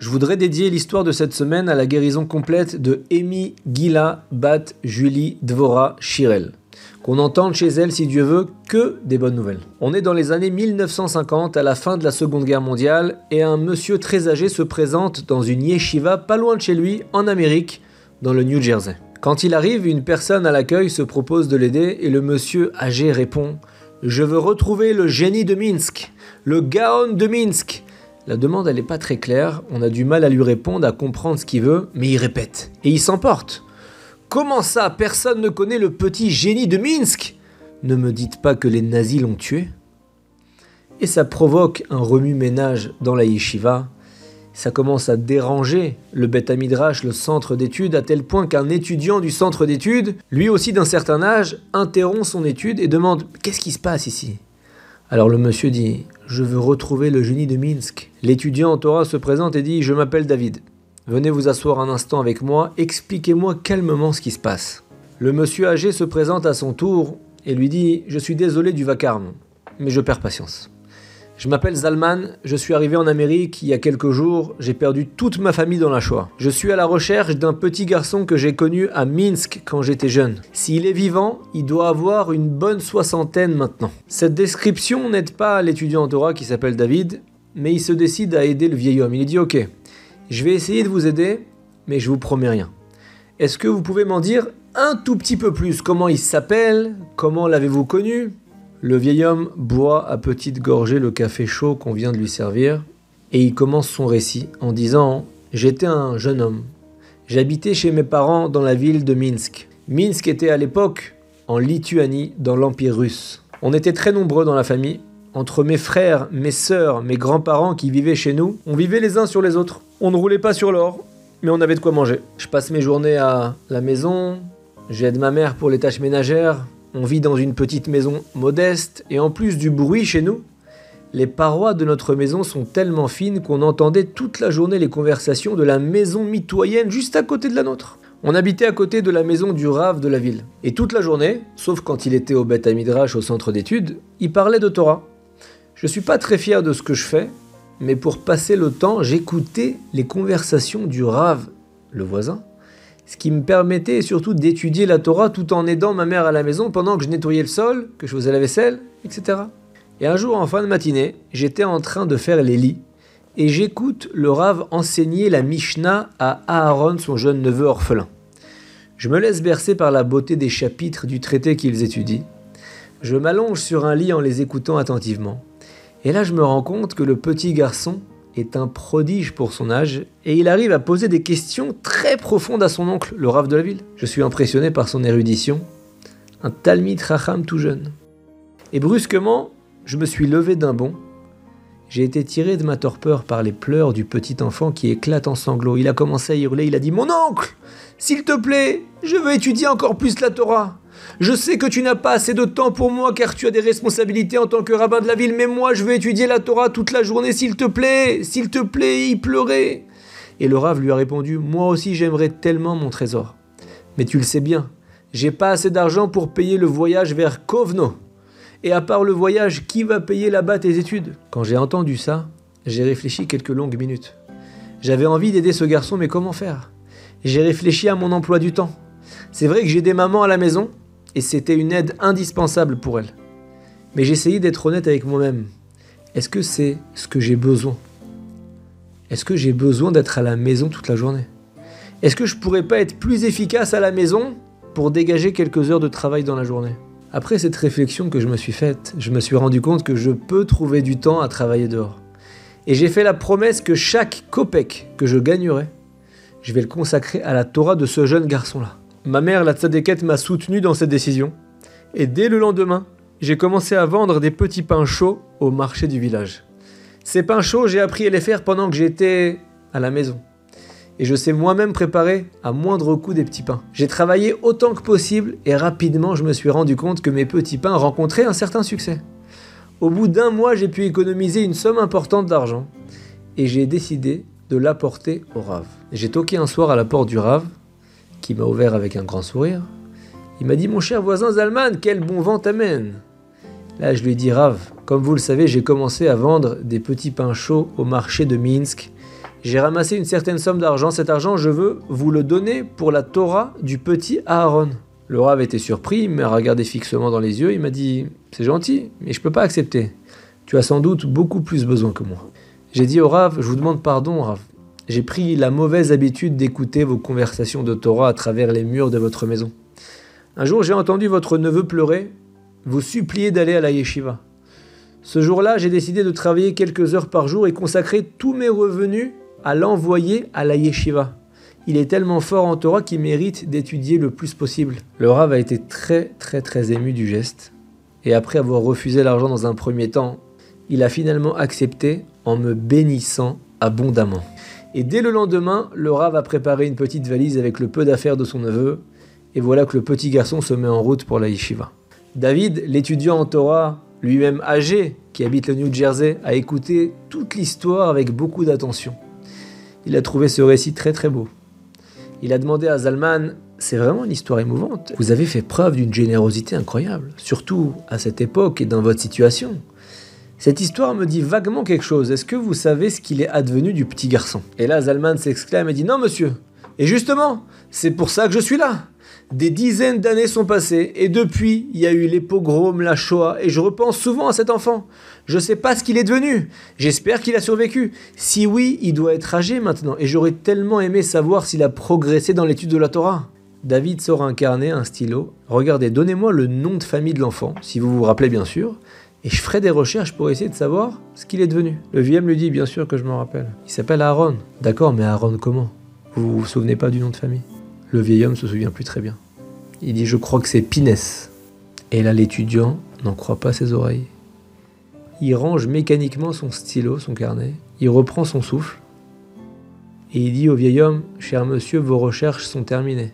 Je voudrais dédier l'histoire de cette semaine à la guérison complète de Amy Gila Bat Julie Dvora Shirel. Qu'on entende chez elle, si Dieu veut, que des bonnes nouvelles. On est dans les années 1950, à la fin de la Seconde Guerre mondiale, et un monsieur très âgé se présente dans une yeshiva pas loin de chez lui, en Amérique, dans le New Jersey. Quand il arrive, une personne à l'accueil se propose de l'aider, et le monsieur âgé répond « Je veux retrouver le génie de Minsk, le Gaon de Minsk ». La demande, elle n'est pas très claire, on a du mal à lui répondre, à comprendre ce qu'il veut, mais il répète, et il s'emporte. Comment ça, personne ne connaît le petit génie de Minsk? Ne me dites pas que les nazis l'ont tué? Et ça provoque un remue-ménage dans la yeshiva. Ça commence à déranger le Beth Midrash, le centre d'études, à tel point qu'un étudiant du centre d'études, lui aussi d'un certain âge, interrompt son étude et demande « Qu'est-ce qui se passe ici ?» Alors le monsieur dit « Je veux retrouver le génie de Minsk ». L'étudiant en Torah se présente et dit « Je m'appelle David. Venez vous asseoir un instant avec moi, expliquez-moi calmement ce qui se passe. » Le monsieur âgé se présente à son tour et lui dit « Je suis désolé du vacarme, mais je perds patience. Je m'appelle Zalman, je suis arrivé en Amérique il y a quelques jours, j'ai perdu toute ma famille dans la Shoah. Je suis à la recherche d'un petit garçon que j'ai connu à Minsk quand j'étais jeune. S'il est vivant, il doit avoir une bonne soixantaine maintenant. » Cette description n'aide pas l'étudiant en Torah qui s'appelle David, mais il se décide à aider le vieil homme. Il dit « Ok, je vais essayer de vous aider, mais je vous promets rien. Est-ce que vous pouvez m'en dire un tout petit peu plus? Comment il s'appelle? Comment l'avez-vous connu ?» Le vieil homme boit à petites gorgées le café chaud qu'on vient de lui servir et il commence son récit en disant « J'étais un jeune homme. J'habitais chez mes parents dans la ville de Minsk. Minsk était à l'époque en Lituanie, dans l'Empire russe. On était très nombreux dans la famille. Entre mes frères, mes sœurs, mes grands-parents qui vivaient chez nous, on vivait les uns sur les autres. On ne roulait pas sur l'or, mais on avait de quoi manger. Je passe mes journées à la maison, j'aide ma mère pour les tâches ménagères. On vit dans une petite maison modeste et en plus du bruit chez nous, les parois de notre maison sont tellement fines qu'on entendait toute la journée les conversations de la maison mitoyenne juste à côté de la nôtre. On habitait à côté de la maison du Rav de la ville. Et toute la journée, sauf quand il était au Beth Midrash au centre d'études, il parlait de Torah. Je suis pas très fier de ce que je fais, mais pour passer le temps, j'écoutais les conversations du Rav, le voisin, ce qui me permettait surtout d'étudier la Torah tout en aidant ma mère à la maison pendant que je nettoyais le sol, que je faisais la vaisselle, etc. Et un jour, en fin de matinée, j'étais en train de faire les lits et j'écoute le Rav enseigner la Mishnah à Aaron, son jeune neveu orphelin. Je me laisse bercer par la beauté des chapitres du traité qu'ils étudient. Je m'allonge sur un lit en les écoutant attentivement. Et là, je me rends compte que le petit garçon est un prodige pour son âge et il arrive à poser des questions très profondes à son oncle, le Rav de la ville. Je suis impressionné par son érudition, un Talmid Chacham tout jeune. Et brusquement, je me suis levé d'un bond. J'ai été tiré de ma torpeur par les pleurs du petit enfant qui éclate en sanglots. Il a commencé à hurler, il a dit « Mon oncle, s'il te plaît, je veux étudier encore plus la Torah. Je sais que tu n'as pas assez de temps pour moi car tu as des responsabilités en tant que rabbin de la ville, mais moi je veux étudier la Torah toute la journée, s'il te plaît, il pleurait. » Et le Rav lui a répondu « Moi aussi j'aimerais tellement mon trésor. Mais tu le sais bien, j'ai pas assez d'argent pour payer le voyage vers Kovno. Et à part le voyage, qui va payer là-bas tes études ?» Quand j'ai entendu ça, j'ai réfléchi quelques longues minutes. J'avais envie d'aider ce garçon, mais comment faire? J'ai réfléchi à mon emploi du temps. C'est vrai que j'ai des mamans à la maison, et c'était une aide indispensable pour elles. Mais j'essayais d'être honnête avec moi-même. Est-ce que c'est ce que j'ai besoin? Est-ce que j'ai besoin d'être à la maison toute la journée? Est-ce que je pourrais pas être plus efficace à la maison pour dégager quelques heures de travail dans la journée? Après cette réflexion que je me suis faite, je me suis rendu compte que je peux trouver du temps à travailler dehors. Et j'ai fait la promesse que chaque kopek que je gagnerai, je vais le consacrer à la Torah de ce jeune garçon-là. Ma mère, la tzadékette, m'a soutenu dans cette décision. Et dès le lendemain, j'ai commencé à vendre des petits pains chauds au marché du village. Ces pains chauds, j'ai appris à les faire pendant que j'étais à la maison. Et je sais moi-même préparer à moindre coût des petits pains. J'ai travaillé autant que possible et rapidement, je me suis rendu compte que mes petits pains rencontraient un certain succès. Au bout d'un mois, j'ai pu économiser une somme importante d'argent et j'ai décidé de l'apporter au Rav. J'ai toqué un soir à la porte du Rav, qui m'a ouvert avec un grand sourire. Il m'a dit « Mon cher voisin Zalman, quel bon vent t'amène !» Là, je lui ai dit « Rav, comme vous le savez, j'ai commencé à vendre des petits pains chauds au marché de Minsk. J'ai ramassé une certaine somme d'argent. Cet argent, je veux vous le donner pour la Torah du petit Aaron. Le Rav était surpris, il m'a regardé fixement dans les yeux, il m'a dit « C'est gentil, mais je ne peux pas accepter. Tu as sans doute beaucoup plus besoin que moi. » J'ai dit au Rav « Je vous demande pardon, Rav. J'ai pris la mauvaise habitude d'écouter vos conversations de Torah à travers les murs de votre maison. Un jour, j'ai entendu votre neveu pleurer, vous supplier d'aller à la yeshiva. Ce jour-là, j'ai décidé de travailler quelques heures par jour et consacrer tous mes revenus à l'envoyer à la yeshiva. Il est tellement fort en Torah qu'il mérite d'étudier le plus possible. » Le Rav a été très ému du geste. Et après avoir refusé l'argent dans un premier temps, il a finalement accepté en me bénissant abondamment. Et dès le lendemain, le Rav a préparé une petite valise avec le peu d'affaires de son neveu. Et voilà que le petit garçon se met en route pour la yeshiva. David, l'étudiant en Torah, lui-même âgé, qui habite le New Jersey, a écouté toute l'histoire avec beaucoup d'attention. Il a trouvé ce récit très beau. Il a demandé à Zalman « C'est vraiment une histoire émouvante. Vous avez fait preuve d'une générosité incroyable, surtout à cette époque et dans votre situation. Cette histoire me dit vaguement quelque chose. Est-ce que vous savez ce qu'il est advenu du petit garçon ?» Et là, Zalman s'exclame et dit « Non, monsieur. Et justement, c'est pour ça que je suis là. Des dizaines d'années sont passées et depuis, il y a eu les pogroms, la Shoah et je repense souvent à cet enfant. Je ne sais pas ce qu'il est devenu. J'espère qu'il a survécu. Si oui, il doit être âgé maintenant et j'aurais tellement aimé savoir s'il a progressé dans l'étude de la Torah. » David sort un carnet, un stylo. « Regardez, donnez-moi le nom de famille de l'enfant, si vous vous rappelez bien sûr, et je ferai des recherches pour essayer de savoir ce qu'il est devenu. » Le vieil homme lui dit « Bien sûr que je m'en rappelle. Il s'appelle Aaron. » « D'accord, mais Aaron comment ? Vous vous souvenez pas du nom de famille ?» Le vieil homme se souvient plus très bien. Il dit « Je crois que c'est Pinès. » Et là, l'étudiant n'en croit pas ses oreilles. Il range mécaniquement son stylo, son carnet. Il reprend son souffle. Et il dit au vieil homme « Cher monsieur, vos recherches sont terminées.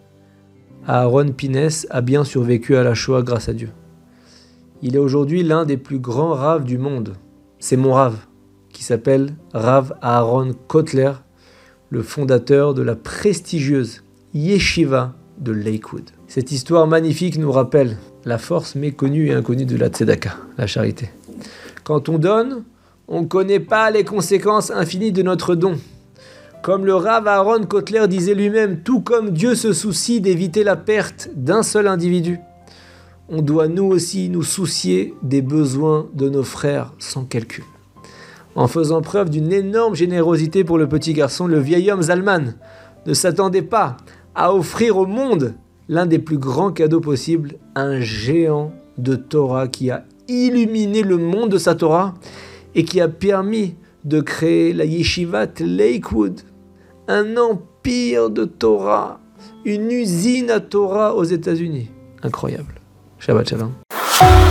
Aaron Pinès a bien survécu à la Shoah grâce à Dieu. Il est aujourd'hui l'un des plus grands raves du monde. C'est mon rave, qui s'appelle Rav Aaron Kotler, le fondateur de la prestigieuse Yeshiva de Lakewood. » Cette histoire magnifique nous rappelle la force méconnue et inconnue de la tzedaka, la charité. Quand on donne, on ne connaît pas les conséquences infinies de notre don. Comme le Rav Aaron Kotler disait lui-même, tout comme Dieu se soucie d'éviter la perte d'un seul individu, on doit nous aussi nous soucier des besoins de nos frères sans calcul. En faisant preuve d'une énorme générosité pour le petit garçon, le vieil homme Zalman ne s'attendait pas à offrir au monde l'un des plus grands cadeaux possibles, un géant de Torah qui a illuminé le monde de sa Torah et qui a permis de créer la Yeshivat Lakewood, un empire de Torah, une usine à Torah aux États-Unis. Incroyable. Shabbat Shalom.